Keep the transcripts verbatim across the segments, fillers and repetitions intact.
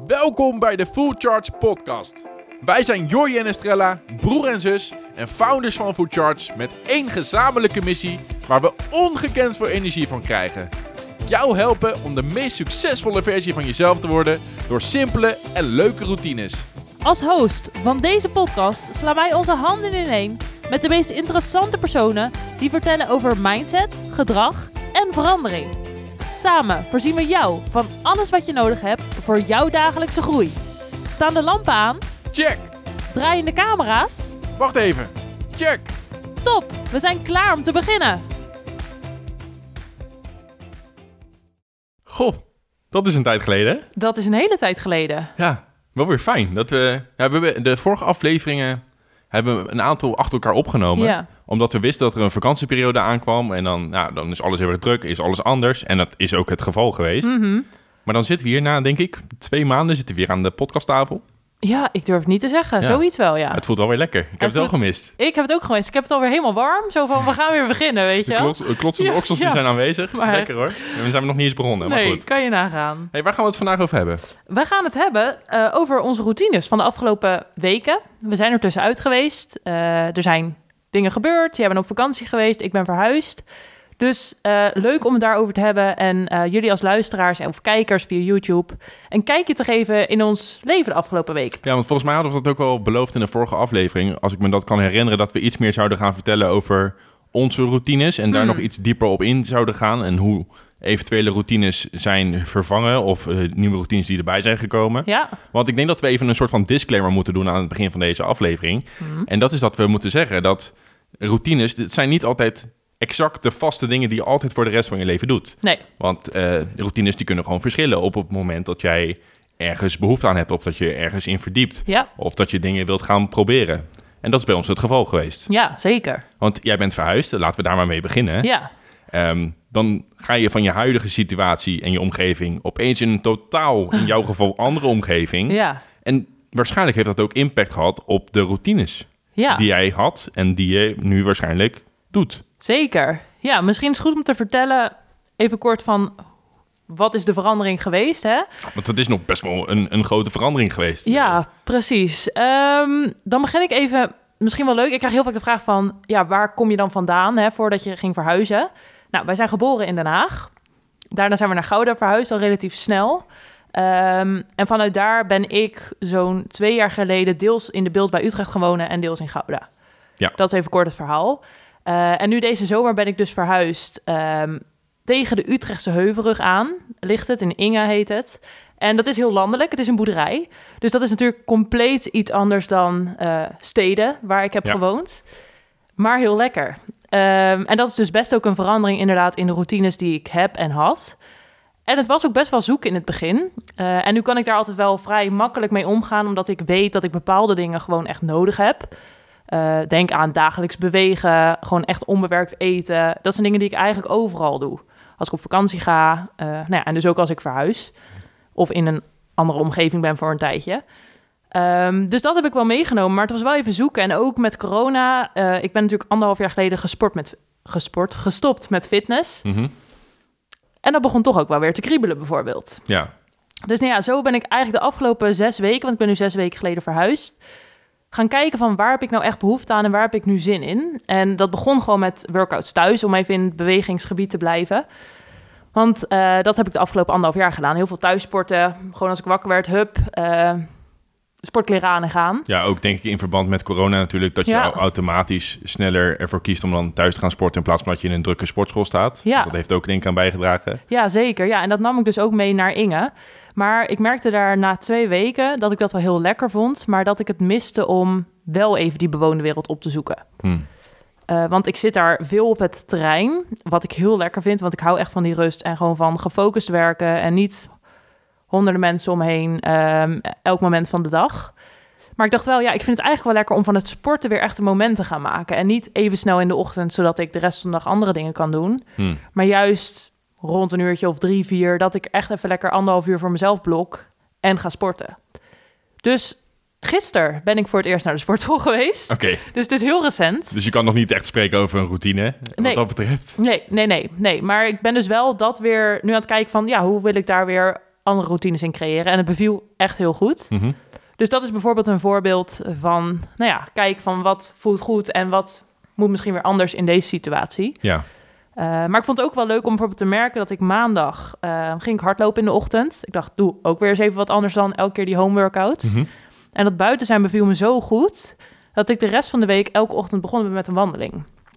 Welkom bij de Full Charge podcast. Wij zijn Jordi en Estrella, broer en zus en founders van Full Charge met één gezamenlijke missie waar we ongekend veel energie van krijgen. Jou helpen om de meest succesvolle versie van jezelf te worden door simpele en leuke routines. Als host van deze podcast slaan wij onze handen ineen met de meest interessante personen die vertellen over mindset, gedrag en verandering. Samen voorzien we jou van alles wat je nodig hebt voor jouw dagelijkse groei. Staan de lampen aan? Check! Draaien de camera's? Wacht even. Check! Top! We zijn klaar om te beginnen. Goh, dat is een tijd geleden, hè? Dat is een hele tijd geleden. Ja, wel weer fijn. Dat we, ja, we hebben de vorige afleveringen hebben we een aantal achter elkaar opgenomen. Ja. Omdat we wisten dat er een vakantieperiode aankwam. En dan, ja, dan is alles heel erg druk, is alles anders. En dat is ook het geval geweest. Mm-hmm. Maar dan zitten we hier na, denk ik, twee maanden zitten we weer aan de podcasttafel. Ja, ik durf het niet te zeggen. Ja. Zoiets wel, ja. Het voelt wel weer lekker. Ik heb het, Het wel voelt- gemist. Ik heb het ook gemist. Ik heb het alweer helemaal warm. Zo van, we gaan weer beginnen, weet je De wel. klots, de klotsende Ja, oksels die ja. zijn aanwezig. Maar Lekker hoor. En we zijn nog niet eens begonnen, maar Nee, goed. kan je nagaan. Hey, waar gaan we het vandaag over hebben? We gaan het hebben uh, over onze routines van de afgelopen weken. We zijn er tussenuit geweest. Uh, er zijn dingen gebeurd. Jij bent op vakantie geweest. Ik ben verhuisd. Dus uh, leuk om het daarover te hebben. En uh, jullie als luisteraars of kijkers via YouTube een kijkje te geven in ons leven de afgelopen week. Ja, want volgens mij hadden we dat ook al beloofd in de vorige aflevering. Als ik me dat kan herinneren, dat we iets meer zouden gaan vertellen over onze routines. En daar Hmm. nog iets dieper op in zouden gaan. En hoe eventuele routines zijn vervangen of uh, nieuwe routines die erbij zijn gekomen. Ja, Want ik denk dat we even een soort van disclaimer moeten doen aan het begin van deze aflevering. Hmm. En dat is dat we moeten zeggen dat routines, het zijn niet altijd exact de vaste dingen die je altijd voor de rest van je leven doet. nee. Want uh, routines die kunnen gewoon verschillen op het moment dat jij ergens behoefte aan hebt of dat je ergens in verdiept. Ja, Of dat je dingen wilt gaan proberen. En dat is bij ons het geval geweest. ja, zeker. Want jij bent verhuisd, laten we daar maar mee beginnen. Ja, Um, dan ga je van je huidige situatie en je omgeving opeens in een totaal, in jouw geval, andere omgeving. ja, En waarschijnlijk heeft dat ook impact gehad op de routines ja. die jij had en die je nu waarschijnlijk doet. Zeker. Ja, misschien is het goed om te vertellen, even kort van, wat is de verandering geweest, hè? Want het is nog best wel een, een grote verandering geweest. Ja, precies. Um, dan begin ik even, misschien wel leuk, ik krijg heel vaak de vraag van, ja, waar kom je dan vandaan, hè, voordat je ging verhuizen? Nou, wij zijn geboren in Den Haag. Daarna zijn we naar Gouda verhuisd, al relatief snel. Um, en vanuit daar ben ik zo'n twee jaar geleden deels in de Beeld bij Utrecht gaan wonen en deels in Gouda. Ja. Dat is even kort het verhaal. Uh, en nu deze zomer ben ik dus verhuisd um, tegen de Utrechtse Heuvelrug aan. Ligt het, in Inge heet het. En dat is heel landelijk, het is een boerderij. Dus dat is natuurlijk compleet iets anders dan uh, steden waar ik heb Ja. gewoond. Maar heel lekker. Um, en dat is dus best ook een verandering inderdaad in de routines die ik heb en had. En het was ook best wel zoeken in het begin. Uh, en nu kan ik daar altijd wel vrij makkelijk mee omgaan, omdat ik weet dat ik bepaalde dingen gewoon echt nodig heb. Uh, denk aan dagelijks bewegen, gewoon echt onbewerkt eten. Dat zijn dingen die ik eigenlijk overal doe. Als ik op vakantie ga, uh, nou ja, en dus ook als ik verhuis. Of in een andere omgeving ben voor een tijdje. Um, dus dat heb ik wel meegenomen, maar het was wel even zoeken. En ook met corona, uh, ik ben natuurlijk anderhalf jaar geleden gesport met, gesport, gestopt met fitness. Mm-hmm. En dat begon toch ook wel weer te kriebelen bijvoorbeeld. Ja. Dus nou ja, zo ben ik eigenlijk de afgelopen zes weken, want ik ben nu zes weken geleden verhuisd, gaan kijken van waar heb ik nou echt behoefte aan en waar heb ik nu zin in. En dat begon gewoon met workouts thuis, om even in het bewegingsgebied te blijven. Want uh, dat heb ik de afgelopen anderhalf jaar gedaan. Heel veel thuissporten, gewoon als ik wakker werd, hup, uh, sportkleren aan en gaan. Ja, ook denk ik in verband met corona natuurlijk, dat je Ja. automatisch sneller ervoor kiest om dan thuis te gaan sporten in plaats van dat je in een drukke sportschool staat. Ja. Dus dat heeft ook denk ik aan bijgedragen. Ja, zeker. Ja, en dat nam ik dus ook mee naar Inge. Maar ik merkte daar na twee weken dat ik dat wel heel lekker vond, maar dat ik het miste om wel even die bewoonde wereld op te zoeken. Hm. Uh, want ik zit daar veel op het terrein, wat ik heel lekker vind, want ik hou echt van die rust en gewoon van gefocust werken en niet honderden mensen omheen, um, elk moment van de dag. Maar ik dacht wel, ja, ik vind het eigenlijk wel lekker om van het sporten weer echt een moment te gaan maken. En niet even snel in de ochtend, zodat ik de rest van de dag andere dingen kan doen. Hm. Maar juist rond een uurtje of drie, vier, dat ik echt even lekker anderhalf uur voor mezelf blok en ga sporten. Dus gisteren ben ik voor het eerst naar de sportschool geweest. Oké, Dus het is heel recent. dus je kan nog niet echt spreken over een routine, wat Nee. dat betreft. Nee, nee, nee, nee. Maar ik ben dus wel dat weer nu aan het kijken van, ja, hoe wil ik daar weer andere routines in creëren. En het beviel echt heel goed. Mm-hmm. Dus dat is bijvoorbeeld een voorbeeld van, nou ja, kijk van wat voelt goed en wat moet misschien weer anders in deze situatie. Ja. Uh, maar ik vond het ook wel leuk om bijvoorbeeld te merken dat ik maandag uh, ging ik hardlopen in de ochtend. Ik dacht, doe ook weer eens even wat anders dan elke keer die home workouts. Mm-hmm. En dat buiten zijn beviel me zo goed dat ik de rest van de week elke ochtend begonnen ben met een wandeling.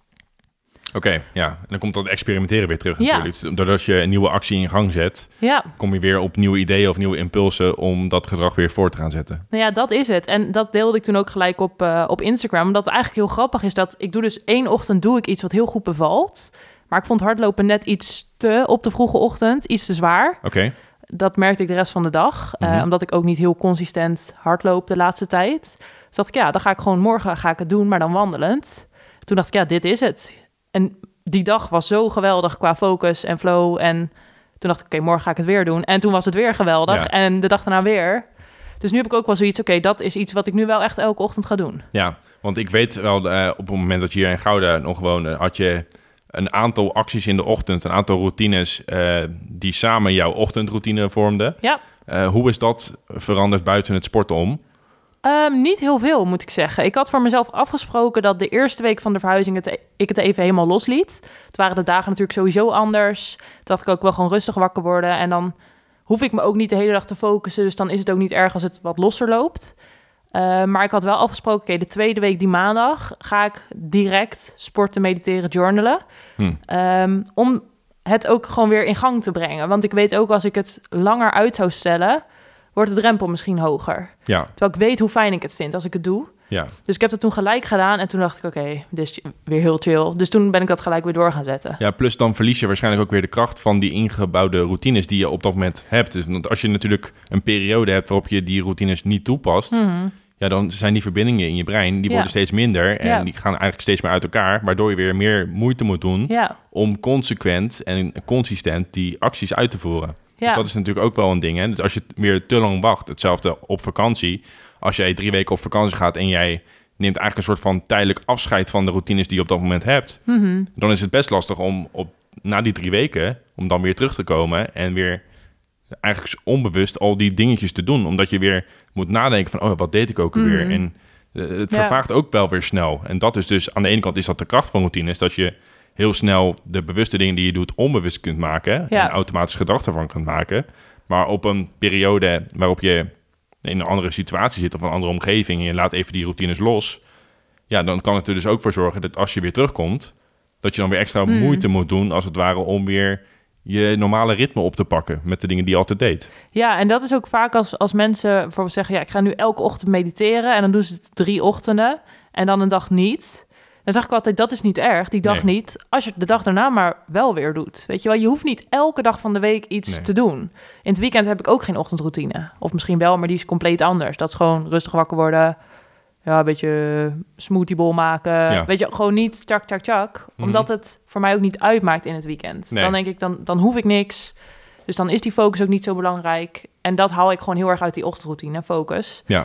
Oké, okay, ja. En dan komt dat experimenteren weer terug ja. natuurlijk. Doordat je een nieuwe actie in gang zet, ja. kom je weer op nieuwe ideeën of nieuwe impulsen om dat gedrag weer voor te gaan zetten. Nou ja, dat is het. En dat deelde ik toen ook gelijk op, uh, op Instagram. Omdat het eigenlijk heel grappig is dat ik doe dus één ochtend doe ik iets wat heel goed bevalt. Maar ik vond hardlopen net iets te op de vroege ochtend, iets te zwaar. Oké. Okay. Dat merkte ik de rest van de dag. Mm-hmm. Uh, omdat ik ook niet heel consistent hardloop de laatste tijd. Dus dacht ik, ja, dan ga ik gewoon morgen ga ik het doen, maar dan wandelend. Toen dacht ik, ja, dit is het. En die dag was zo geweldig qua focus en flow. En toen dacht ik, oké, okay, morgen ga ik het weer doen. En toen was het weer geweldig. Ja. En de dag daarna weer. Dus nu heb ik ook wel zoiets, oké, okay, dat is iets wat ik nu wel echt elke ochtend ga doen. Ja, want ik weet wel, uh, op het moment dat je hier in Gouda nog woonde, had je een aantal acties in de ochtend, een aantal routines uh, die samen jouw ochtendroutine vormden. Ja. Uh, hoe is dat veranderd buiten het sporten om? Um, niet heel veel, moet ik zeggen. Ik had voor mezelf afgesproken dat de eerste week van de verhuizing het, ik het even helemaal losliet. Het waren de dagen natuurlijk sowieso anders. Toen dacht ik ook wel gewoon rustig wakker worden. En dan hoef ik me ook niet de hele dag te focussen. Dus dan is het ook niet erg als het wat losser loopt. Uh, maar ik had wel afgesproken, oké, okay, de tweede week die maandag ga ik direct sporten, mediteren, journalen. Hm. Um, om het ook gewoon weer in gang te brengen. Want ik weet ook als ik het langer uit zou stellen, wordt de drempel misschien hoger. Ja. Terwijl ik weet hoe fijn ik het vind als ik het doe. Ja. Dus ik heb dat toen gelijk gedaan en toen dacht ik, oké, okay, dit is weer heel chill. Dus toen ben ik dat gelijk weer door gaan zetten. Ja, plus dan verlies je waarschijnlijk ook weer de kracht van die ingebouwde routines die je op dat moment hebt. Dus want als je natuurlijk een periode hebt waarop je die routines niet toepast, mm-hmm. ja, dan zijn die verbindingen in je brein, die worden ja. steeds minder en ja. die gaan eigenlijk steeds meer uit elkaar, waardoor je weer meer moeite moet doen ja. om consequent en consistent die acties uit te voeren. Ja. Dus dat is natuurlijk ook wel een ding. Hè? Dus als je weer te lang wacht, hetzelfde op vakantie. Als jij drie weken op vakantie gaat en jij neemt eigenlijk een soort van tijdelijk afscheid van de routines die je op dat moment hebt, mm-hmm. dan is het best lastig om op, na die drie weken, om dan weer terug te komen en weer eigenlijk onbewust al die dingetjes te doen. Omdat je weer moet nadenken van, oh, wat deed ik ook mm-hmm. weer? En uh, het ja. vervaagt ook wel weer snel. En dat is dus, aan de ene kant is dat de kracht van routines, dat je heel snel de bewuste dingen die je doet onbewust kunt maken. Ja. En automatisch gedrag ervan kunt maken. Maar op een periode waarop je in een andere situatie zit of een andere omgeving en je laat even die routines los, ja, dan kan het er dus ook voor zorgen dat als je weer terugkomt, dat je dan weer extra mm. moeite moet doen, als het ware, om weer je normale ritme op te pakken met de dingen die je altijd deed. Ja, en dat is ook vaak als, als mensen bijvoorbeeld zeggen, ja, ik ga nu elke ochtend mediteren en dan doen ze het drie ochtenden en dan een dag niet. Dan zeg ik altijd, dat is niet erg, die dag nee. niet. Als je het de dag daarna maar wel weer doet. Weet je wel, je hoeft niet elke dag van de week iets nee. te doen. In het weekend heb ik ook geen ochtendroutine. Of misschien wel, maar die is compleet anders. Dat is gewoon rustig wakker worden. Ja, een beetje smoothiebol maken. Ja. Weet je, gewoon niet tjak, tjak, tjak. Mm-hmm. Omdat het voor mij ook niet uitmaakt in het weekend. Nee. Dan denk ik, dan, dan hoef ik niks. Dus dan is die focus ook niet zo belangrijk. En dat haal ik gewoon heel erg uit die ochtendroutine, focus. Ja.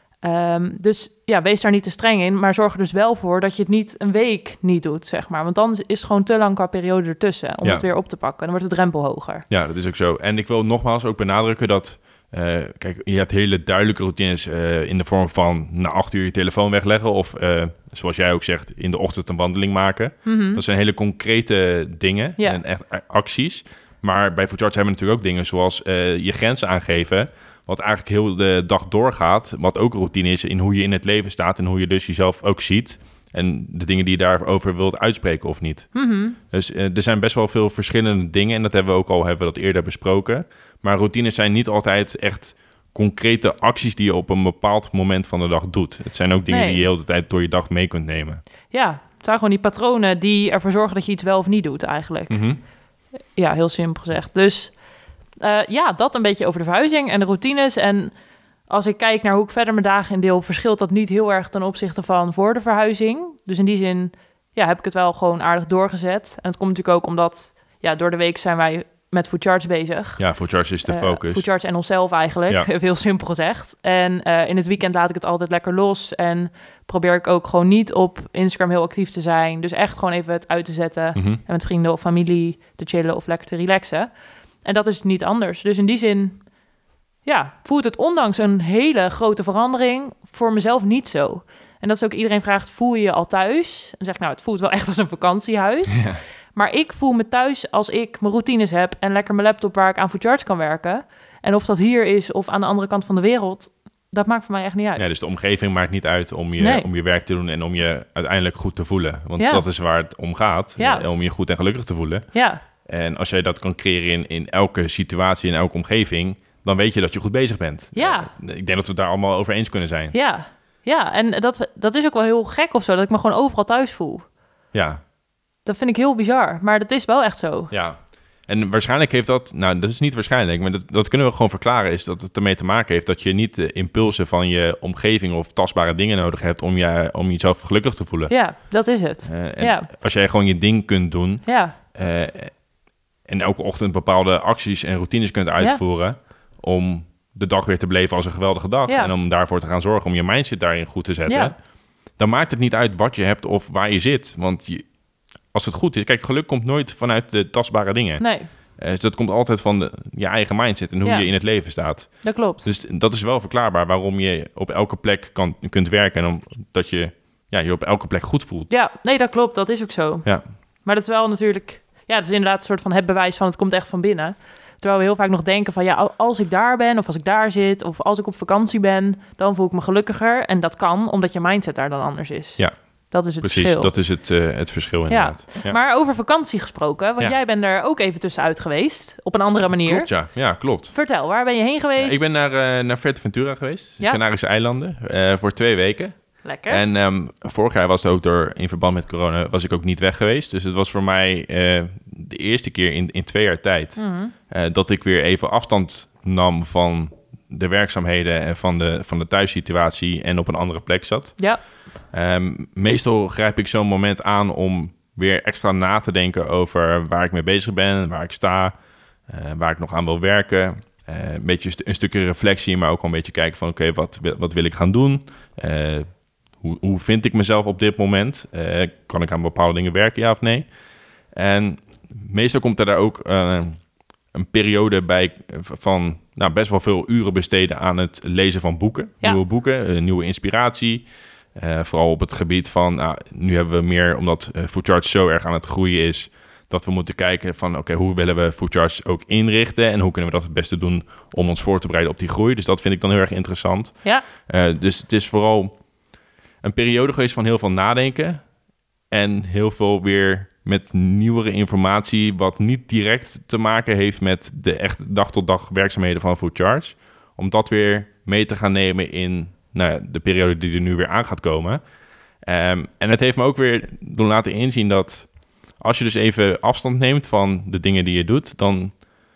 Um, dus ja, wees daar niet te streng in, maar zorg er dus wel voor dat je het niet een week niet doet, zeg maar. Want dan is het gewoon te lang qua periode ertussen om ja. het weer op te pakken. Dan wordt de drempel hoger. Ja, dat is ook zo. En ik wil nogmaals ook benadrukken dat, uh, kijk, je hebt hele duidelijke routines uh, in de vorm van na acht uur je telefoon wegleggen of, uh, zoals jij ook zegt, in de ochtend een wandeling maken. Mm-hmm. Dat zijn hele concrete dingen ja. en echt acties. Maar bij FoodCharge hebben we natuurlijk ook dingen zoals uh, je grenzen aangeven, wat eigenlijk heel de dag doorgaat, wat ook routine is in hoe je in het leven staat en hoe je dus jezelf ook ziet en de dingen die je daarover wilt uitspreken of niet. Mm-hmm. Dus uh, er zijn best wel veel verschillende dingen en dat hebben we ook al hebben we dat eerder besproken. Maar routines zijn niet altijd echt concrete acties die je op een bepaald moment van de dag doet. Het zijn ook dingen nee. die je de hele tijd door je dag mee kunt nemen. Ja, het zijn gewoon die patronen die ervoor zorgen dat je iets wel of niet doet eigenlijk. Mm-hmm. Ja, heel simpel gezegd. Dus Uh, ja, dat een beetje over de verhuizing en de routines. En als ik kijk naar hoe ik verder mijn dagen indeel, verschilt dat niet heel erg ten opzichte van voor de verhuizing. Dus in die zin ja, heb ik het wel gewoon aardig doorgezet. En het komt natuurlijk ook omdat ja, door de week zijn wij met FoodCharge bezig. Ja, FoodCharge is de uh, focus. FoodCharge en onszelf eigenlijk, ja. heel simpel gezegd. En uh, in het weekend laat ik het altijd lekker los. En probeer ik ook gewoon niet op Instagram heel actief te zijn. Dus echt gewoon even het uit te zetten. Mm-hmm. En met vrienden of familie te chillen of lekker te relaxen. En dat is niet anders. Dus in die zin ja, voelt het ondanks een hele grote verandering voor mezelf niet zo. En dat is ook iedereen vraagt, voel je je al thuis? En dan zeg ik, nou, het voelt wel echt als een vakantiehuis. Ja. Maar ik voel me thuis als ik mijn routines heb en lekker mijn laptop waar ik aan FoodCharge kan werken. En of dat hier is of aan de andere kant van de wereld, dat maakt voor mij echt niet uit. Ja, dus de omgeving maakt niet uit om je, Nee. om je werk te doen en om je uiteindelijk goed te voelen. Want Ja. dat is waar het om gaat, Ja. eh, om je goed en gelukkig te voelen. Ja, En als jij dat kan creëren in, in elke situatie, in elke omgeving, dan weet je dat je goed bezig bent. Ja. Eh, ik denk dat we het daar allemaal over eens kunnen zijn. ja, ja. En dat, dat is ook wel heel gek of zo, dat ik me gewoon overal thuis voel. Ja, Dat vind ik heel bizar, maar dat is wel echt zo. ja. En waarschijnlijk heeft dat, nou dat is niet waarschijnlijk, maar dat, dat kunnen we gewoon verklaren, is dat het ermee te maken heeft dat je niet de impulsen van je omgeving of tastbare dingen nodig hebt om, je, om jezelf gelukkig te voelen. Ja, dat is het. Eh, en Ja. als jij gewoon je ding kunt doen Ja, eh, en elke ochtend bepaalde acties en routines kunt uitvoeren om de dag weer te beleven als een geweldige dag Ja. en om daarvoor te gaan zorgen om je mindset daarin goed te zetten, Ja. dan maakt het niet uit wat je hebt of waar je zit. Want je, als het goed is, kijk, geluk komt nooit vanuit de tastbare dingen. nee, Uh, dus dat komt altijd van de, je eigen mindset en hoe Ja. je in het leven staat. dat klopt. Dus dat is wel verklaarbaar waarom je op elke plek kan, kunt werken en omdat je ja, je op elke plek goed voelt. Ja, nee, dat klopt. Dat is ook zo. Ja. Maar dat is wel natuurlijk... Ja, het is inderdaad een soort van het bewijs van het komt echt van binnen. Terwijl we heel vaak nog denken van... ja, als ik daar ben of als ik daar zit... of als ik op vakantie ben, dan voel ik me gelukkiger. En dat kan, omdat je mindset daar dan anders is. Ja. Dat is het Precies, verschil. dat is het, uh, het verschil inderdaad. Ja. Maar over vakantie gesproken, want Ja. jij bent er ook even tussenuit geweest. Op een andere manier. Klopt, ja. Ja, klopt. Vertel, waar ben je heen geweest? Ja, ik ben naar, uh, naar Fuerteventura geweest, de Ja. Canarische eilanden, uh, voor twee weken. Lekker. En um, vorig jaar was het ook door, in verband met corona, was ik ook niet weg geweest. Dus het was voor mij uh, de eerste keer in, in twee jaar tijd Mm-hmm. uh, dat ik weer even afstand nam van de werkzaamheden en van de, van de thuissituatie en op een andere plek zat. Ja. Um, meestal grijp ik zo'n moment aan om weer extra na te denken over waar ik mee bezig ben, waar ik sta, uh, waar ik nog aan wil werken. Uh, een beetje st- een stukje reflectie, maar ook wel een beetje kijken van oké, okay, wat, wat wil ik gaan doen? Uh, hoe, hoe vind ik mezelf op dit moment? Uh, kan ik aan bepaalde dingen werken, ja of nee? En meestal komt er daar ook uh, een periode bij van nou, best wel veel uren besteden aan het lezen van boeken. Ja. Nieuwe boeken, uh, nieuwe inspiratie. Uh, vooral op het gebied van, nou, nu hebben we meer, omdat uh, FoodCharge zo erg aan het groeien is, dat we moeten kijken van, oké, okay, hoe willen we FoodCharge ook inrichten en hoe kunnen we dat het beste doen om ons voor te bereiden op die groei. Dus dat vind ik dan heel erg interessant. Ja. Uh, dus het is vooral een periode geweest van heel veel nadenken en heel veel weer met nieuwere informatie, wat niet direct te maken heeft met de echt dag-tot-dag werkzaamheden van FoodCharge. Om dat weer mee te gaan nemen in nou, de periode die er nu weer aan gaat komen. Um, en het heeft me ook weer doen laten inzien dat als je dus even afstand neemt van de dingen die je doet, dan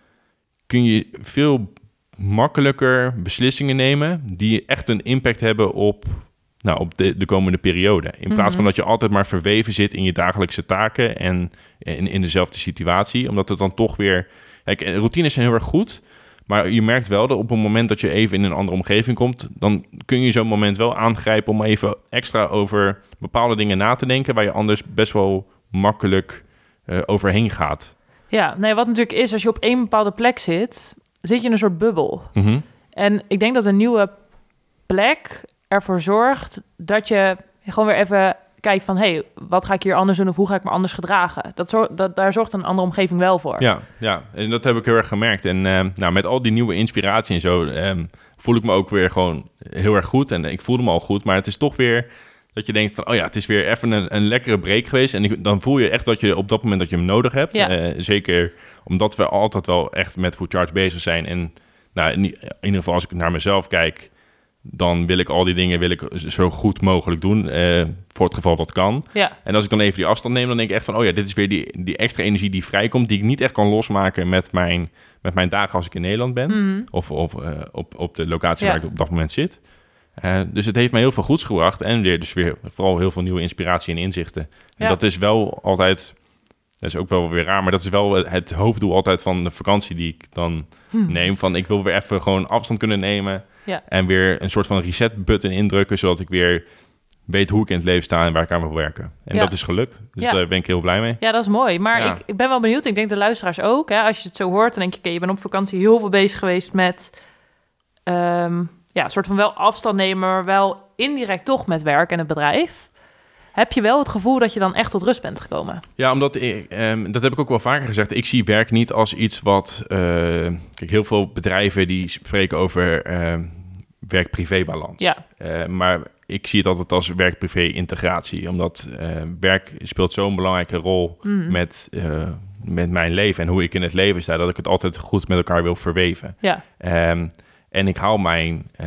kun je veel makkelijker beslissingen nemen die echt een impact hebben op, nou, op de, de komende periode. In plaats Mm-hmm. van dat je altijd maar verweven zit in je dagelijkse taken en in, in dezelfde situatie. Omdat het dan toch weer... Kijk, routines zijn heel erg goed, maar je merkt wel dat op het moment dat je even in een andere omgeving komt, dan kun je zo'n moment wel aangrijpen om even extra over bepaalde dingen na te denken, waar je anders best wel makkelijk uh, overheen gaat. Ja, nee, wat natuurlijk is, als je op één bepaalde plek zit, zit je in een soort bubbel. Mm-hmm. En ik denk dat een nieuwe plek ervoor zorgt dat je gewoon weer even kijkt van, hé, hey, wat ga ik hier anders doen of hoe ga ik me anders gedragen? Dat zorgt, dat, daar zorgt een andere omgeving wel voor. Ja, ja, en dat heb ik heel erg gemerkt. En uh, nou, met al die nieuwe inspiratie en zo um, voel ik me ook weer gewoon heel erg goed. En ik voelde me al goed, maar het is toch weer dat je denkt van, oh ja, het is weer even een, een lekkere break geweest. En ik, dan voel je echt dat je op dat moment dat je hem nodig hebt. Ja. Uh, zeker omdat we altijd wel echt met FoodCharge bezig zijn. En nou, in, in ieder geval als ik naar mezelf kijk, dan wil ik al die dingen wil ik zo goed mogelijk doen, uh, voor het geval dat kan. Ja. En als ik dan even die afstand neem, dan denk ik echt van, oh ja, dit is weer die, die extra energie die vrijkomt, die ik niet echt kan losmaken met mijn, met mijn dagen als ik in Nederland ben. Mm-hmm. Of, of uh, op, op de locatie Ja. waar ik op dat moment zit. Uh, dus het heeft mij heel veel goeds gebracht en weer dus weer vooral heel veel nieuwe inspiratie en inzichten. En Ja. dat is wel altijd, dat is ook wel weer raar, maar dat is wel het hoofddoel altijd van de vakantie die ik dan Hm. neem. Van ik wil weer even gewoon afstand kunnen nemen. Ja. En weer een soort van reset-button indrukken, zodat ik weer weet hoe ik in het leven sta en waar ik aan wil werken. En Ja. dat is gelukt. Dus Ja. daar ben ik heel blij mee. Ja, dat is mooi. Maar Ja. ik, ik ben wel benieuwd. Ik denk de luisteraars ook. Hè, als je het zo hoort, dan denk je, oké, je bent op vakantie heel veel bezig geweest met um, ja, een soort van wel afstand nemen, maar wel indirect toch met werk en het bedrijf, heb je wel het gevoel dat je dan echt tot rust bent gekomen. Ja, omdat ik, um, dat heb ik ook wel vaker gezegd. Ik zie werk niet als iets wat... Uh, kijk, heel veel bedrijven die spreken over uh, werk-privé-balans. Ja. Uh, maar ik zie het altijd als werk-privé-integratie. Omdat uh, werk speelt zo'n belangrijke rol mm. met, uh, met mijn leven en hoe ik in het leven sta, dat ik het altijd goed met elkaar wil verweven. Ja. Um, en ik hou mijn... Uh,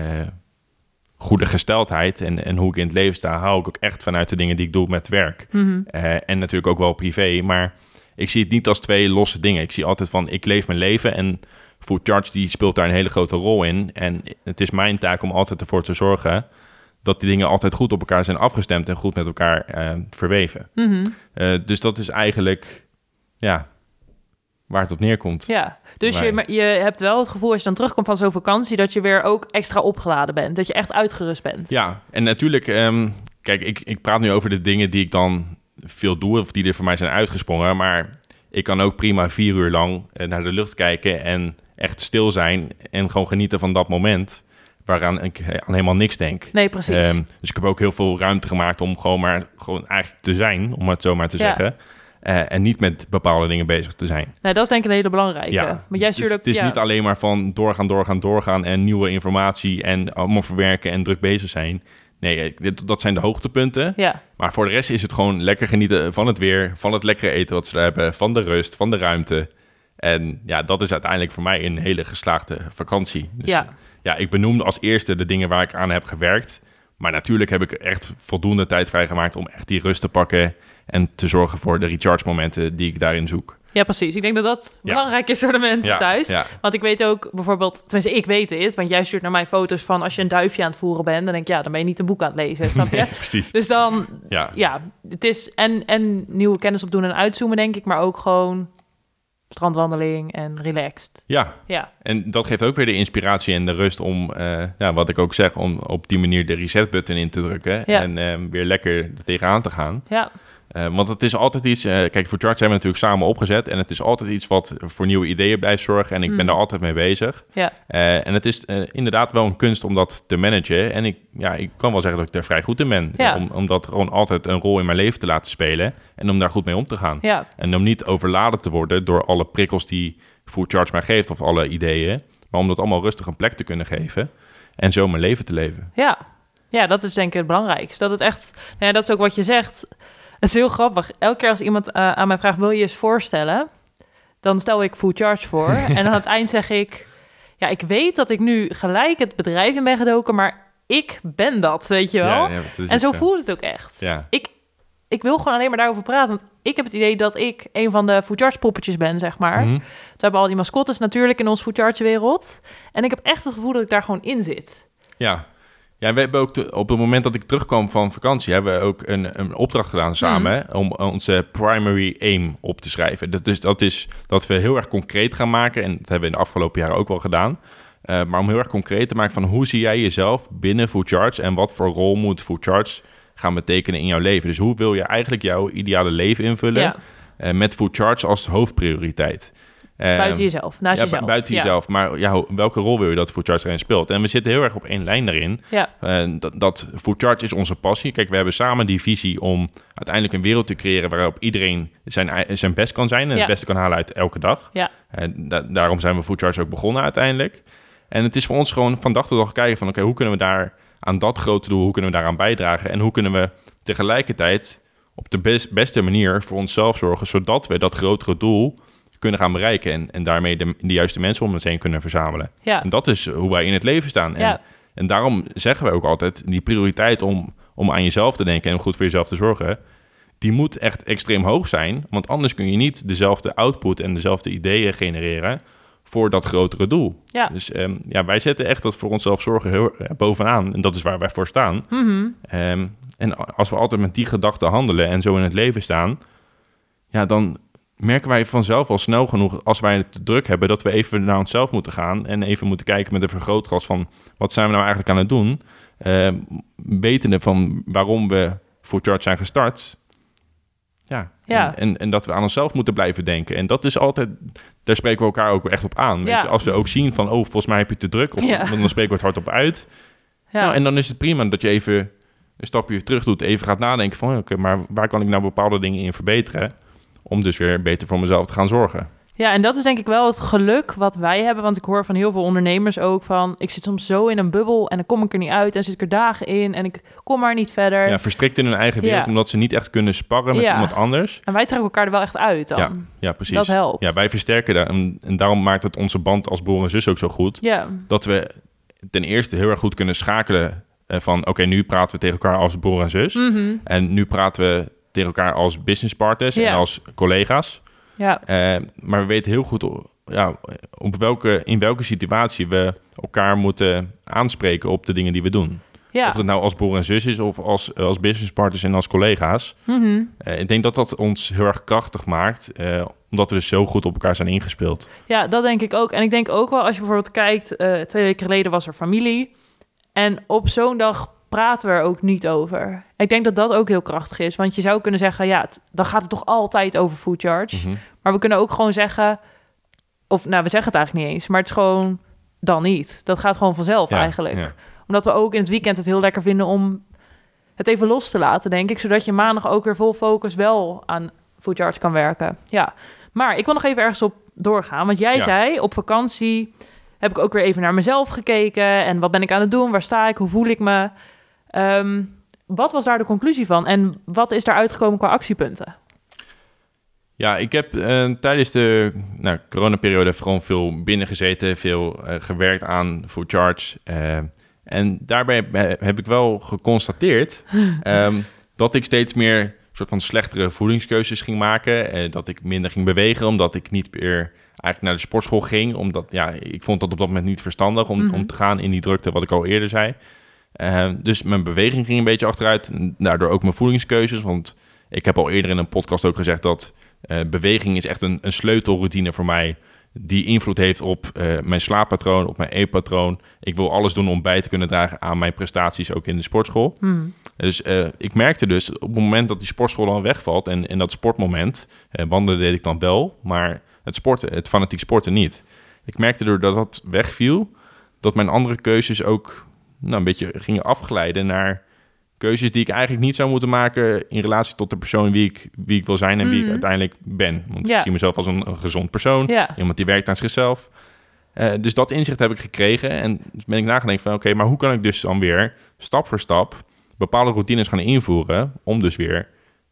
goede gesteldheid en, en hoe ik in het leven sta, hou ik ook echt vanuit de dingen die ik doe met werk. Mm-hmm. Uh, en natuurlijk ook wel privé, maar ik zie het niet als twee losse dingen. Ik zie altijd van, ik leef mijn leven en Food Charge die speelt daar een hele grote rol in. En het is mijn taak om altijd ervoor te zorgen dat die dingen altijd goed op elkaar zijn afgestemd en goed met elkaar uh, verweven. Mm-hmm. Uh, dus dat is eigenlijk, ja, waar het op neerkomt. Ja, dus je, je hebt wel het gevoel als je dan terugkomt van zo'n vakantie, dat je weer ook extra opgeladen bent. Dat je echt uitgerust bent. Ja, en natuurlijk, um, kijk, ik, ik praat nu over de dingen die ik dan veel doe, of die er voor mij zijn uitgesprongen. Maar ik kan ook prima vier uur lang uh, naar de lucht kijken en echt stil zijn en gewoon genieten van dat moment, waaraan ik aan helemaal niks denk. Nee, precies. Um, dus ik heb ook heel veel ruimte gemaakt om gewoon maar gewoon eigenlijk te zijn, om het zo maar te ja. zeggen. Uh, en niet met bepaalde dingen bezig te zijn. Nou, dat is denk ik een hele belangrijke. Ja, maar jij het, is, ook, het is ja. niet alleen maar van doorgaan, doorgaan, doorgaan en nieuwe informatie en allemaal verwerken en druk bezig zijn. Nee, dit, dat zijn de hoogtepunten. Ja. Maar voor de rest is het gewoon lekker genieten van het weer, van het lekkere eten wat ze daar hebben, van de rust, van de ruimte. En ja, dat is uiteindelijk voor mij een hele geslaagde vakantie. Dus ja. ja, ik benoemde als eerste de dingen waar ik aan heb gewerkt. Maar natuurlijk heb ik echt voldoende tijd vrijgemaakt om echt die rust te pakken en te zorgen voor de recharge momenten die ik daarin zoek. Ja, precies. Ik denk dat dat ja. belangrijk is voor de mensen ja, thuis. Ja. Want ik weet ook bijvoorbeeld, tenminste ik weet het, want jij stuurt naar mij foto's van als je een duifje aan het voeren bent, dan denk ik, ja, dan ben je niet een boek aan het lezen, snap je? Nee, precies. Dus dan, ja, ja het is en, en nieuwe kennis opdoen en uitzoomen, denk ik, maar ook gewoon strandwandeling en relaxed. Ja. ja, En dat geeft ook weer de inspiratie en de rust om, uh, ja, wat ik ook zeg, om op die manier de reset-button in te drukken ja. en uh, weer lekker er tegenaan te gaan. Ja. Uh, want het is altijd iets... Uh, kijk, voor Charge hebben we natuurlijk samen opgezet en het is altijd iets wat voor nieuwe ideeën blijft zorgen en ik mm. ben daar altijd mee bezig. Ja. Uh, en het is uh, inderdaad wel een kunst om dat te managen en ik, ja, ik kan wel zeggen dat ik daar vrij goed in ben. Ja. Om, om dat gewoon altijd een rol in mijn leven te laten spelen en om daar goed mee om te gaan. Ja. En om niet overladen te worden door alle prikkels die Food Charge mij geeft of alle ideeën, maar om dat allemaal rustig een plek te kunnen geven en zo mijn leven te leven. Ja, ja dat is denk ik het belangrijkste. Dat het echt, nou ja, dat is ook wat je zegt. Het is heel grappig. Elke keer als iemand uh, aan mij vraagt, wil je eens voorstellen? Dan stel ik Food Charge voor. En aan het eind zeg ik, ja, ik weet dat ik nu gelijk het bedrijf in ben gedoken, maar ik ben dat, weet je wel? Ja, ja, en zo ja. voelt het ook echt. Ja. Ik, ik wil gewoon alleen maar daarover praten, want ik heb het idee dat ik een van de Food Charge poppetjes ben, zeg maar. Mm-hmm. We hebben al die mascottes natuurlijk in ons Food Charge wereld. En ik heb echt het gevoel dat ik daar gewoon in zit. Ja. Ja, we hebben ook te, op het moment dat ik terugkwam van vakantie, hebben we ook een, een opdracht gedaan samen mm. om onze primary aim op te schrijven. Dat, dus dat is dat we heel erg concreet gaan maken, en dat hebben we in de afgelopen jaren ook wel gedaan. Uh, maar om heel erg concreet te maken van hoe zie jij jezelf binnen Food Charge en wat voor rol moet Food Charge gaan betekenen in jouw leven. Dus hoe wil je eigenlijk jouw ideale leven invullen ja. uh, met Food Charge als hoofdprioriteit. Uh, buiten jezelf, naast ja, jezelf. Buiten ja. jezelf, maar ja, welke rol wil je dat Food Charge erin speelt? En we zitten heel erg op één lijn daarin. Ja. Uh, dat, dat Food Charge is onze passie. Kijk, we hebben samen die visie om uiteindelijk een wereld te creëren waarop iedereen zijn, zijn best kan zijn en ja. het beste kan halen uit elke dag. Ja. Uh, da- daarom zijn we Food Charge ook begonnen uiteindelijk. En het is voor ons gewoon van dag tot dag kijken van oké, okay, hoe kunnen we daar aan dat grote doel, hoe kunnen we daaraan bijdragen en hoe kunnen we tegelijkertijd op de best, beste manier voor onszelf zorgen, zodat we dat grotere doel kunnen gaan bereiken en, en daarmee de, de juiste mensen om ons heen kunnen verzamelen. Ja. En dat is hoe wij in het leven staan. En, ja. en daarom zeggen wij ook altijd, die prioriteit om, om aan jezelf te denken en goed voor jezelf te zorgen, die moet echt extreem hoog zijn, want anders kun je niet dezelfde output en dezelfde ideeën genereren voor dat grotere doel. Ja. Dus um, ja, wij zetten echt dat voor onszelf zorgen heel uh, bovenaan en dat is waar wij voor staan. Mm-hmm. Um, en als we altijd met die gedachten handelen en zo in het leven staan, ja, dan merken wij vanzelf al snel genoeg, als wij het te druk hebben, dat we even naar onszelf moeten gaan en even moeten kijken met een vergrootglas van wat zijn we nou eigenlijk aan het doen, uh, wetende van waarom we Food Charge zijn gestart. Ja, Ja. En, en, en dat we aan onszelf moeten blijven denken. En dat is altijd, daar spreken we elkaar ook echt op aan. Weet Ja. je? Als we ook zien van, oh, volgens mij heb je te druk. Of Ja. dan spreken we het hardop uit. Ja. Nou, en dan is het prima dat je even een stapje terug doet. Even gaat nadenken van, oké, okay, maar waar kan ik nou bepaalde dingen in verbeteren? Om dus weer beter voor mezelf te gaan zorgen. Ja, en dat is denk ik wel het geluk wat wij hebben. Want ik hoor van heel veel ondernemers ook van... ik zit soms zo in een bubbel en dan kom ik er niet uit... en zit ik er dagen in en ik kom maar niet verder. Ja, verstrikt in hun eigen wereld... Ja. omdat ze niet echt kunnen sparren met Ja. iemand anders. En wij trekken elkaar er wel echt uit dan. Ja, ja, precies. Dat helpt. Ja, wij versterken dat. En, en daarom maakt het onze band als broer en zus ook zo goed. Ja, Dat we ten eerste heel erg goed kunnen schakelen... Uh, van oké, okay, nu praten we tegen elkaar als broer en zus. mm-hmm. En nu praten we tegen elkaar als businesspartners... Ja. en als collega's. ja. Uh, maar we weten heel goed ja, op welke, in welke situatie we elkaar moeten aanspreken op de dingen die we doen. ja. Of het nou als broer en zus is of als, als businesspartners en als collega's. Mm-hmm. Uh, ik denk dat dat ons heel erg krachtig maakt, uh, omdat we dus zo goed op elkaar zijn ingespeeld. Ja, dat denk ik ook. En ik denk ook wel, als je bijvoorbeeld kijkt... Uh, twee weken geleden was er familie. En op zo'n dag praten we er ook niet over. Ik denk dat dat ook heel krachtig is. Want je zou kunnen zeggen, ja, t- dan gaat het toch altijd over food charge. Mm-hmm. Maar we kunnen ook gewoon zeggen... of nou, we zeggen het eigenlijk niet eens... maar het is gewoon dan niet. Dat gaat gewoon vanzelf Ja, eigenlijk. ja. Omdat we ook in het weekend het heel lekker vinden... om het even los te laten, denk ik. Zodat je maandag ook weer vol focus wel aan food charge kan werken. Ja, maar ik wil nog even ergens op doorgaan. Want jij Ja. zei, op vakantie heb ik ook weer even naar mezelf gekeken... en wat ben ik aan het doen, waar sta ik, hoe voel ik me... Um, wat was daar de conclusie van? En wat is daar uitgekomen qua actiepunten? Ja, ik heb uh, tijdens de nou, coronaperiode gewoon veel binnengezeten, veel uh, gewerkt aan food charge. Uh, en daarbij heb ik wel geconstateerd um, dat ik steeds meer soort van slechtere voedingskeuzes ging maken. Uh, dat ik minder ging bewegen, omdat ik niet meer eigenlijk naar de sportschool ging. Omdat ja, ik vond dat op dat moment niet verstandig om, mm-hmm. om te gaan in die drukte, wat ik al eerder zei. Uh, dus mijn beweging ging een beetje achteruit. Daardoor ook mijn voedingskeuzes. Want ik heb al eerder in een podcast ook gezegd dat uh, beweging is echt een, een sleutelroutine voor mij. Die invloed heeft op uh, mijn slaappatroon, op mijn eetpatroon. Ik wil alles doen om bij te kunnen dragen aan mijn prestaties ook in de sportschool. Mm. Dus uh, ik merkte dus op het moment dat die sportschool dan wegvalt... en, en dat sportmoment, uh, wandelen deed ik dan wel... maar het sporten, het fanatiek sporten niet. Ik merkte doordat dat wegviel... dat mijn andere keuzes ook nou, een beetje gingen afglijden naar keuzes die ik eigenlijk niet zou moeten maken in relatie tot de persoon wie ik, wie ik wil zijn en mm-hmm. wie ik uiteindelijk ben. Want ja. ik zie mezelf als een, een gezond persoon, ja. iemand die werkt aan zichzelf. Uh, dus dat inzicht heb ik gekregen en dus ben ik nagedacht van oké, okay, maar hoe kan ik dus dan weer stap voor stap bepaalde routines gaan invoeren om dus weer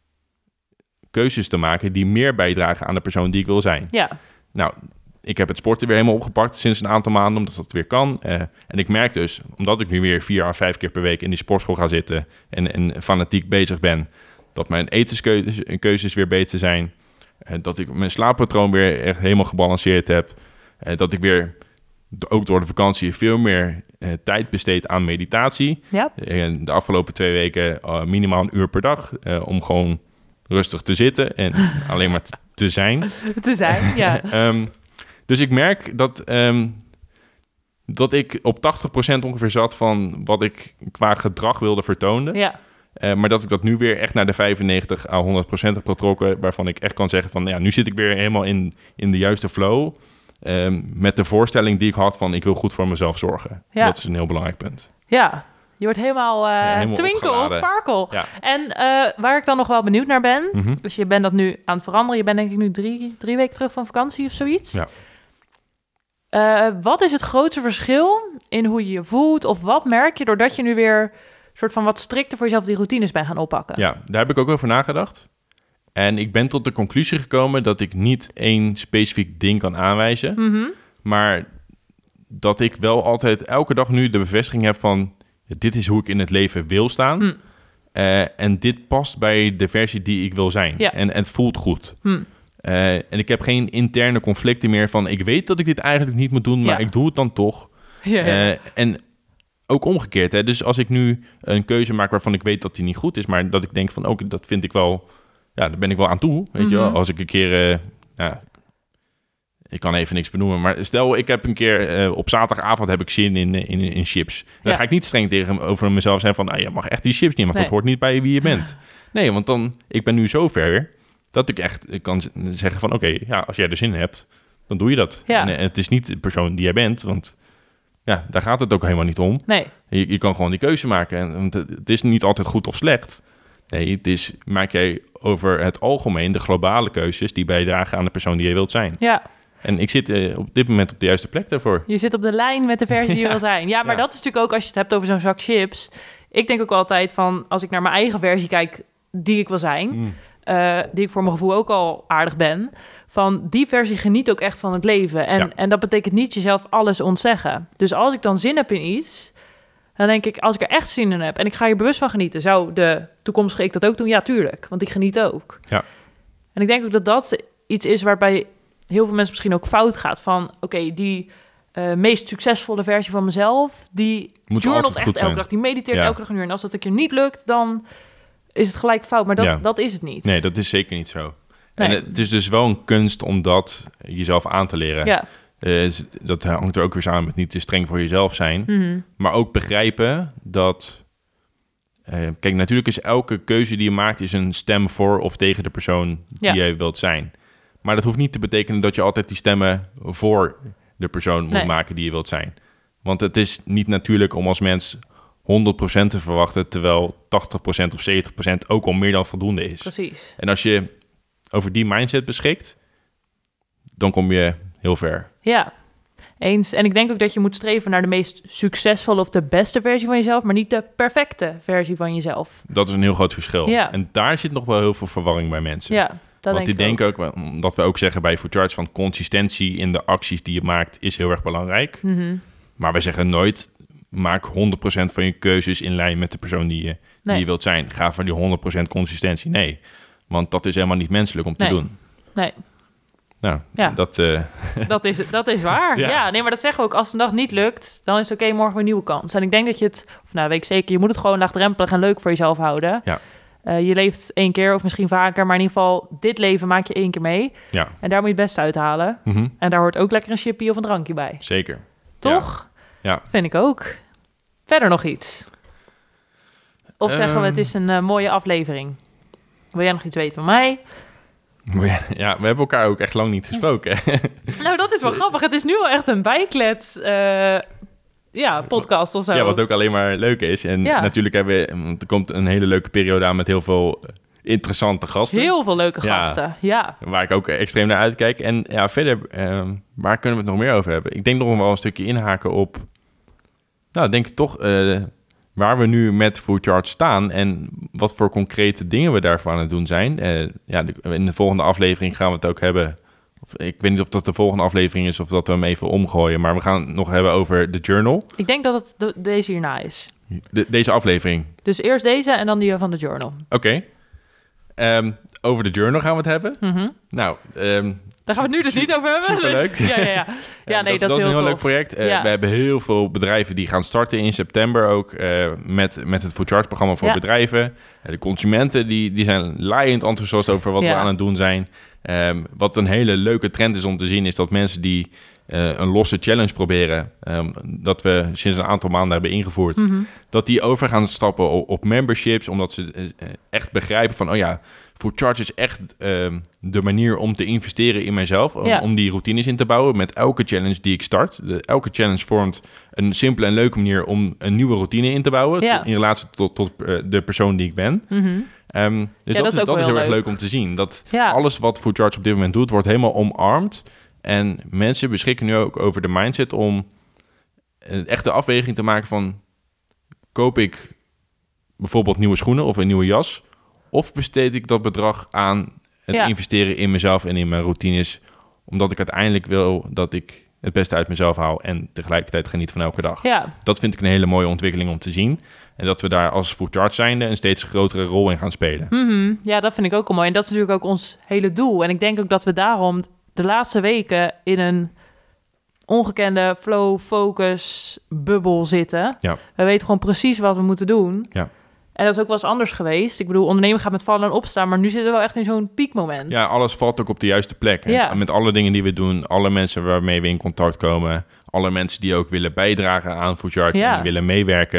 keuzes te maken die meer bijdragen aan de persoon die ik wil zijn. Ja. Nou, ik heb het sporten weer helemaal opgepakt sinds een aantal maanden, omdat dat weer kan. Uh, en ik merk dus, omdat ik nu weer vier à vijf keer per week in die sportschool ga zitten en, en fanatiek bezig ben, dat mijn etenskeuzes weer beter zijn. Uh, dat ik mijn slaappatroon weer echt helemaal gebalanceerd heb. Uh, dat ik weer, ook door de vakantie, veel meer uh, tijd besteed aan meditatie. Ja. Uh, de afgelopen twee weken uh, minimaal een uur per dag, uh, om gewoon rustig te zitten en alleen maar t- te zijn. Te zijn, ja. um, Dus ik merk dat, um, dat ik op tachtig procent ongeveer zat van wat ik qua gedrag wilde vertonen. Ja. Uh, maar dat ik dat nu weer echt naar de vijfennegentig à honderd procent heb getrokken. Waarvan ik echt kan zeggen van, ja, nu zit ik weer helemaal in, in de juiste flow. Um, met de voorstelling die ik had van, ik wil goed voor mezelf zorgen. Ja. Dat is een heel belangrijk punt. Ja, je wordt helemaal, uh, ja, helemaal twinkel, opgeladen. Sparkle. Ja. En uh, waar ik dan nog wel benieuwd naar ben, mm-hmm. dus je bent dat nu aan het veranderen. Je bent denk ik nu drie, drie weken terug van vakantie of zoiets. Ja. Uh, wat is het grootste verschil in hoe je je voelt? Of wat merk je doordat je nu weer soort van wat strikter voor jezelf die routines bent gaan oppakken? Ja, daar heb ik ook over nagedacht. En ik ben tot de conclusie gekomen dat ik niet één specifiek ding kan aanwijzen. Mm-hmm. Maar dat ik wel altijd elke dag nu de bevestiging heb van, dit is hoe ik in het leven wil staan. Mm. Uh, en dit past bij de versie die ik wil zijn. Ja. En, en het voelt goed. Mm. Uh, en ik heb geen interne conflicten meer van, ik weet dat ik dit eigenlijk niet moet doen, maar ja. ik doe het dan toch. Ja, ja. Uh, en ook omgekeerd. Hè? Dus als ik nu een keuze maak waarvan ik weet dat die niet goed is, maar dat ik denk van, ook dat vind ik wel, ja, daar ben ik wel aan toe. Weet mm-hmm. je wel? Als ik een keer, uh, ja, ik kan even niks benoemen, maar stel ik heb een keer uh, op zaterdagavond heb ik zin in, in, in chips. Dan ja. ga ik niet streng tegenover mezelf zijn van, nou, je mag echt die chips niet, want nee. dat hoort niet bij wie je bent. Nee, want dan, ik ben nu zo ver Dat ik echt kan z- zeggen van, oké, okay, ja, als jij er zin in hebt, dan doe je dat. Ja. En, en het is niet de persoon die jij bent, want ja, daar gaat het ook helemaal niet om. Nee. Je, je kan gewoon die keuze maken. En, want het, het is niet altijd goed of slecht. Nee, het is, maak jij over het algemeen de globale keuzes die bijdragen aan de persoon die je wilt zijn. Ja. En ik zit uh, op dit moment op de juiste plek daarvoor. Je zit op de lijn met de versie die je Ja. wil zijn. Ja, maar Ja. dat is natuurlijk ook als je het hebt over zo'n zak chips. Ik denk ook altijd van, als ik naar mijn eigen versie kijk die ik wil zijn, Mm. uh, die ik voor mijn gevoel ook al aardig ben, van die versie geniet ook echt van het leven. En, Ja. en dat betekent niet jezelf alles ontzeggen. Dus als ik dan zin heb in iets, dan denk ik, als ik er echt zin in heb en ik ga hier bewust van genieten, zou de toekomstige ik dat ook doen? Ja, tuurlijk, want ik geniet ook. Ja. En ik denk ook dat dat iets is waarbij heel veel mensen misschien ook fout gaat van, oké, okay, die uh, meest succesvolle versie van mezelf, die Moet journalt altijd echt goed elke zijn. dag, die mediteert Ja. elke dag een uur. En als dat een keer niet lukt, dan is het gelijk fout. Maar dat, Ja. dat is het niet. Nee, dat is zeker niet zo. Nee. En het is dus wel een kunst om dat jezelf aan te leren. Ja. Uh, dat hangt er ook weer samen met niet te streng voor jezelf zijn. Mm-hmm. Maar ook begrijpen dat... Uh, kijk, natuurlijk is elke keuze die je maakt is een stem voor of tegen de persoon die Ja. jij wilt zijn. Maar dat hoeft niet te betekenen dat je altijd die stemmen voor de persoon moet Nee. maken die je wilt zijn. Want het is niet natuurlijk om als mens honderd procent te verwachten, terwijl tachtig procent of zeventig procent ook al meer dan voldoende is. Precies. En als je over die mindset beschikt, dan kom je heel ver. Ja, eens. En ik denk ook dat je moet streven naar de meest succesvolle of de beste versie van jezelf, maar niet de perfecte versie van jezelf. Dat is een heel groot verschil. Ja. En daar zit nog wel heel veel verwarring bij mensen. Ja, dat Want die denk ik denken ook, omdat we ook zeggen bij FoodCharts van consistentie in de acties die je maakt is heel erg belangrijk. Mm-hmm. Maar wij zeggen nooit, maak honderd procent van je keuzes in lijn met de persoon die je, die Nee. je wilt zijn. Ga voor die honderd procent consistentie. Nee, want dat is helemaal niet menselijk om te Nee. doen. Nee, Nou, Ja. dat... Uh, dat is, dat is waar. Ja. Ja. nee, maar dat zeggen we ook. Als een dag niet lukt, dan is het oké, morgen weer een nieuwe kans. En ik denk dat je het, of nou, weet ik zeker, je moet het gewoon laagdrempelig en leuk voor jezelf houden. Ja. Uh, je leeft één keer of misschien vaker, maar in ieder geval, dit leven maak je één keer mee. ja, En daar moet je het best uithalen. mhm, En daar hoort ook lekker een chippy of een drankje bij. zeker. Toch? Ja. Vind ik ook. Verder nog iets? Of zeggen we, Ehm. het is een uh, mooie aflevering. Wil jij nog iets weten van mij? Ja, we hebben elkaar ook echt lang niet gesproken. Nou, dat is wel grappig. Het is nu al echt een bijklets uh, ja, podcast of zo. Ja, wat ook alleen maar leuk is. En Ja. natuurlijk hebben we... want er komt een hele leuke periode aan met heel veel uh, interessante gasten. Heel veel leuke Ja. gasten. Ja. Waar ik ook extreem naar uitkijk. En ja, verder, uh, waar kunnen we het nog meer over hebben? Ik denk nog wel een stukje inhaken op... Nou, ik denk toch uh, waar we nu met FoodCharts staan... en wat voor concrete dingen we daarvoor aan het doen zijn. Uh, ja, de, in de volgende aflevering gaan we het ook hebben... Of, ik weet niet of dat de volgende aflevering is... of dat we hem even omgooien. Maar we gaan het nog hebben over de journal. Ik denk dat het de- deze hierna is. De, deze aflevering. Dus eerst deze en dan die van de journal. Oké. Okay. Um, over de journal gaan we het hebben. Mm-hmm. Nou, um, Daar gaan we het nu dus niet over hebben. superleuk. ja, ja, ja. Ja, nee, dat, dat, is is heel een heel leuk tof. project. Uh, Ja. We hebben heel veel bedrijven die gaan starten in september ook uh, met, met het FoodCharts programma voor Ja. bedrijven. Uh, de consumenten die, die zijn laaiend enthousiast over wat Ja. we aan het doen zijn. Um, wat een hele leuke trend is om te zien is dat mensen die uh, een losse challenge proberen, um, dat we sinds een aantal maanden hebben ingevoerd, Mm-hmm. dat die over gaan stappen op, op memberships, omdat ze uh, echt begrijpen van, oh ja, FoodCharts is echt uh, de manier om te investeren in mijzelf, om, Ja. om die routines in te bouwen met elke challenge die ik start. De, elke challenge vormt een simpele en leuke manier om een nieuwe routine in te bouwen, Ja. tot, in relatie tot, tot uh, de persoon die ik ben. Mm-hmm. Um, dus Ja, dat, dat is is, ook dat is wel heel erg leuk. leuk om te zien. Dat Ja. alles wat FoodCharts op dit moment doet, wordt helemaal omarmd. En mensen beschikken nu ook over de mindset om een echte afweging te maken van... koop ik bijvoorbeeld nieuwe schoenen of een nieuwe jas... of besteed ik dat bedrag aan het Ja. investeren in mezelf en in mijn routines... omdat ik uiteindelijk wil dat ik het beste uit mezelf haal... en tegelijkertijd geniet van elke dag. Ja, Dat vind ik een hele mooie ontwikkeling om te zien. En dat we daar als FoodCharts zijnde een steeds grotere rol in gaan spelen. mm-hmm. Ja, dat vind ik ook al mooi. En dat is natuurlijk ook ons hele doel. En ik denk ook dat we daarom de laatste weken in een ongekende flow, focus, bubbel zitten. Ja. We weten gewoon precies wat we moeten doen. Ja. En dat is ook wel eens anders geweest. Ik bedoel, ondernemen gaat met vallen en opstaan, maar nu zitten we wel echt in zo'n piekmoment. Ja, alles valt ook op de juiste plek. En Ja. met alle dingen die we doen, alle mensen waarmee we in contact komen, alle mensen die ook willen bijdragen aan FoodCharts Ja. en die willen meewerken.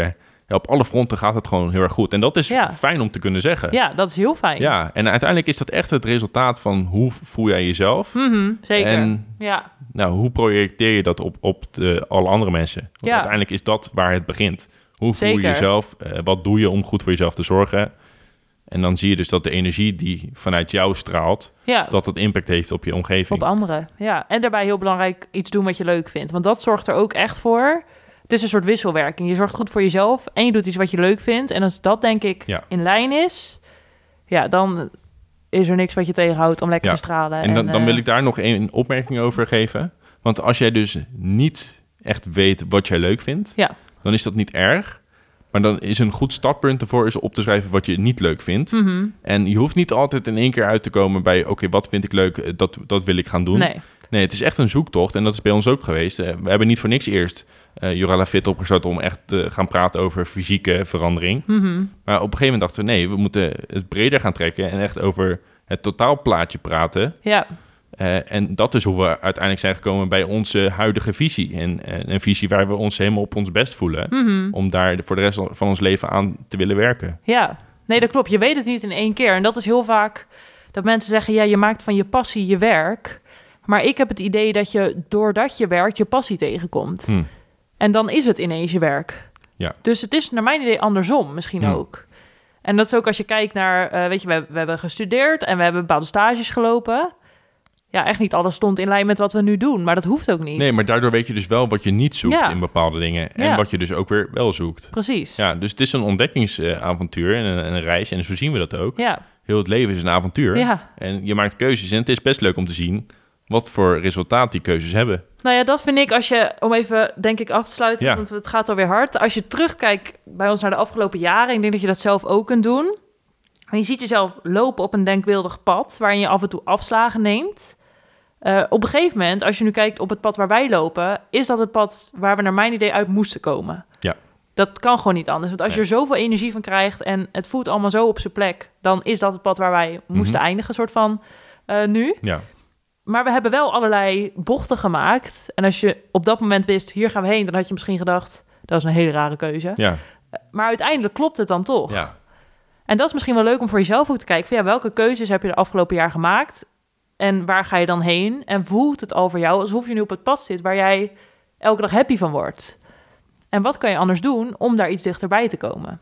ja, op alle fronten gaat het gewoon heel erg goed. En dat is Ja. fijn om te kunnen zeggen. Ja, dat is heel fijn. Ja, en uiteindelijk is dat echt het resultaat van hoe voel jij jezelf? Mm-hmm, zeker. En Ja. nou, hoe projecteer je dat op, op de, alle andere mensen? Want Ja. uiteindelijk is dat waar het begint. Hoe voel je Zeker. jezelf? Uh, wat doe je om goed voor jezelf te zorgen? En dan zie je dus dat de energie die vanuit jou straalt, Ja. dat het impact heeft op je omgeving. Op anderen, ja. En daarbij heel belangrijk iets doen wat je leuk vindt. Want dat zorgt er ook echt voor. Het is een soort wisselwerking. Je zorgt goed voor jezelf en je doet iets wat je leuk vindt. En als dat denk ik Ja. in lijn is, ja, dan is er niks wat je tegenhoudt om lekker Ja. te stralen. En dan, dan eh, wil ik daar nog een opmerking over geven. Want als jij dus niet echt weet wat jij leuk vindt, Ja. dan is dat niet erg. Maar dan is een goed startpunt ervoor is op te schrijven wat je niet leuk vindt. mhm. En je hoeft niet altijd in één keer uit te komen bij, oké, wat vind ik leuk, dat, dat wil ik gaan doen. Nee, Nee, het is echt een zoektocht en dat is bij ons ook geweest. Uh, we hebben niet voor niks eerst uh, Jorella Fit opgestart om echt te gaan praten over fysieke verandering. mhm. Maar op een gegeven moment dachten we, nee, we moeten het breder gaan trekken en echt over het totaalplaatje praten. Ja, Uh, en dat is hoe we uiteindelijk zijn gekomen bij onze huidige visie. En, en een visie waar we ons helemaal op ons best voelen. mhm. Om daar voor de rest van ons leven aan te willen werken. Ja, nee, dat klopt. Je weet het niet in één keer. En dat is heel vaak dat mensen zeggen, ja, je maakt van je passie je werk. Maar ik heb het idee dat je, doordat je werkt, je passie tegenkomt. Hm. En dan is het ineens je werk. Ja. Dus het is naar mijn idee andersom misschien Hm. ook. En dat is ook als je kijkt naar, uh, weet je, we, we hebben gestudeerd en we hebben bepaalde stages gelopen. Ja, echt niet alles stond in lijn met wat we nu doen, maar dat hoeft ook niet. Nee, maar daardoor weet je dus wel wat je niet zoekt Ja. in bepaalde dingen. En Ja. wat je dus ook weer wel zoekt. Precies. Ja, dus het is een ontdekkingsavontuur en een, een reis. En zo zien we dat ook. Ja. Heel het leven is een avontuur. Ja. En je maakt keuzes. En het is best leuk om te zien wat voor resultaat die keuzes hebben. Nou ja, dat vind ik als je, om even denk ik af te sluiten, Ja. want het gaat alweer hard. Als je terugkijkt bij ons naar de afgelopen jaren, ik denk dat je dat zelf ook kunt doen. En je ziet jezelf lopen op een denkbeeldig pad, waarin je af en toe afslagen neemt. Uh, op een gegeven moment, als je nu kijkt op het pad waar wij lopen, is dat het pad waar we naar mijn idee uit moesten komen. Ja. Dat kan gewoon niet anders. Want als Nee. je er zoveel energie van krijgt en het voelt allemaal zo op zijn plek, dan is dat het pad waar wij moesten Mhm. eindigen, soort van uh, nu. Ja. Maar we hebben wel allerlei bochten gemaakt. En als je op dat moment wist, hier gaan we heen, dan had je misschien gedacht, dat is een hele rare keuze. Ja. Maar uiteindelijk klopt het dan toch. Ja. En dat is misschien wel leuk om voor jezelf ook te kijken, van ja, welke keuzes heb je de afgelopen jaar gemaakt? En waar ga je dan heen? En voelt het al voor jou alsof je nu op het pad zit waar jij elke dag happy van wordt? En wat kan je anders doen om daar iets dichterbij te komen?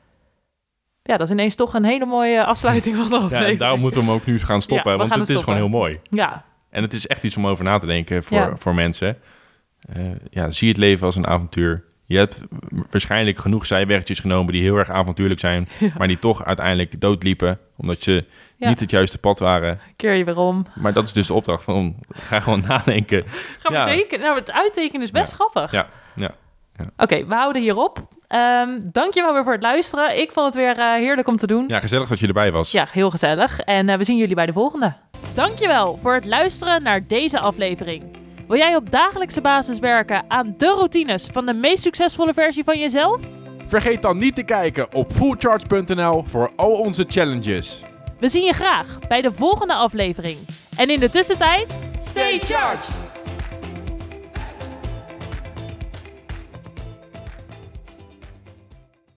Ja, dat is ineens toch een hele mooie afsluiting van de Ja, aflevering. en daarom moeten we hem ook nu gaan stoppen. Ja, we want gaan het hem is gewoon heel stoppen. mooi. Ja, En het is echt iets om over na te denken voor, Ja. voor mensen. Uh, ja, zie het leven als een avontuur. Je hebt waarschijnlijk genoeg zijweggetjes genomen die heel erg avontuurlijk zijn, Ja. maar die toch uiteindelijk doodliepen, omdat ze Ja. niet het juiste pad waren. keer je weer om. Maar dat is dus de opdracht van, ga gewoon nadenken. Gaan Ja. we tekenen? Nou, het uittekenen is best Ja. grappig. Ja, ja. Oké, we houden hierop. Um, dankjewel weer voor het luisteren. Ik vond het weer uh, heerlijk om te doen. Ja, gezellig dat je erbij was. Ja, heel gezellig. En uh, we zien jullie bij de volgende. Dankjewel voor het luisteren naar deze aflevering. Wil jij op dagelijkse basis werken aan de routines van de meest succesvolle versie van jezelf? Vergeet dan niet te kijken op fullcharge punt n l voor al onze challenges. We zien je graag bij de volgende aflevering. En in de tussentijd, stay charged!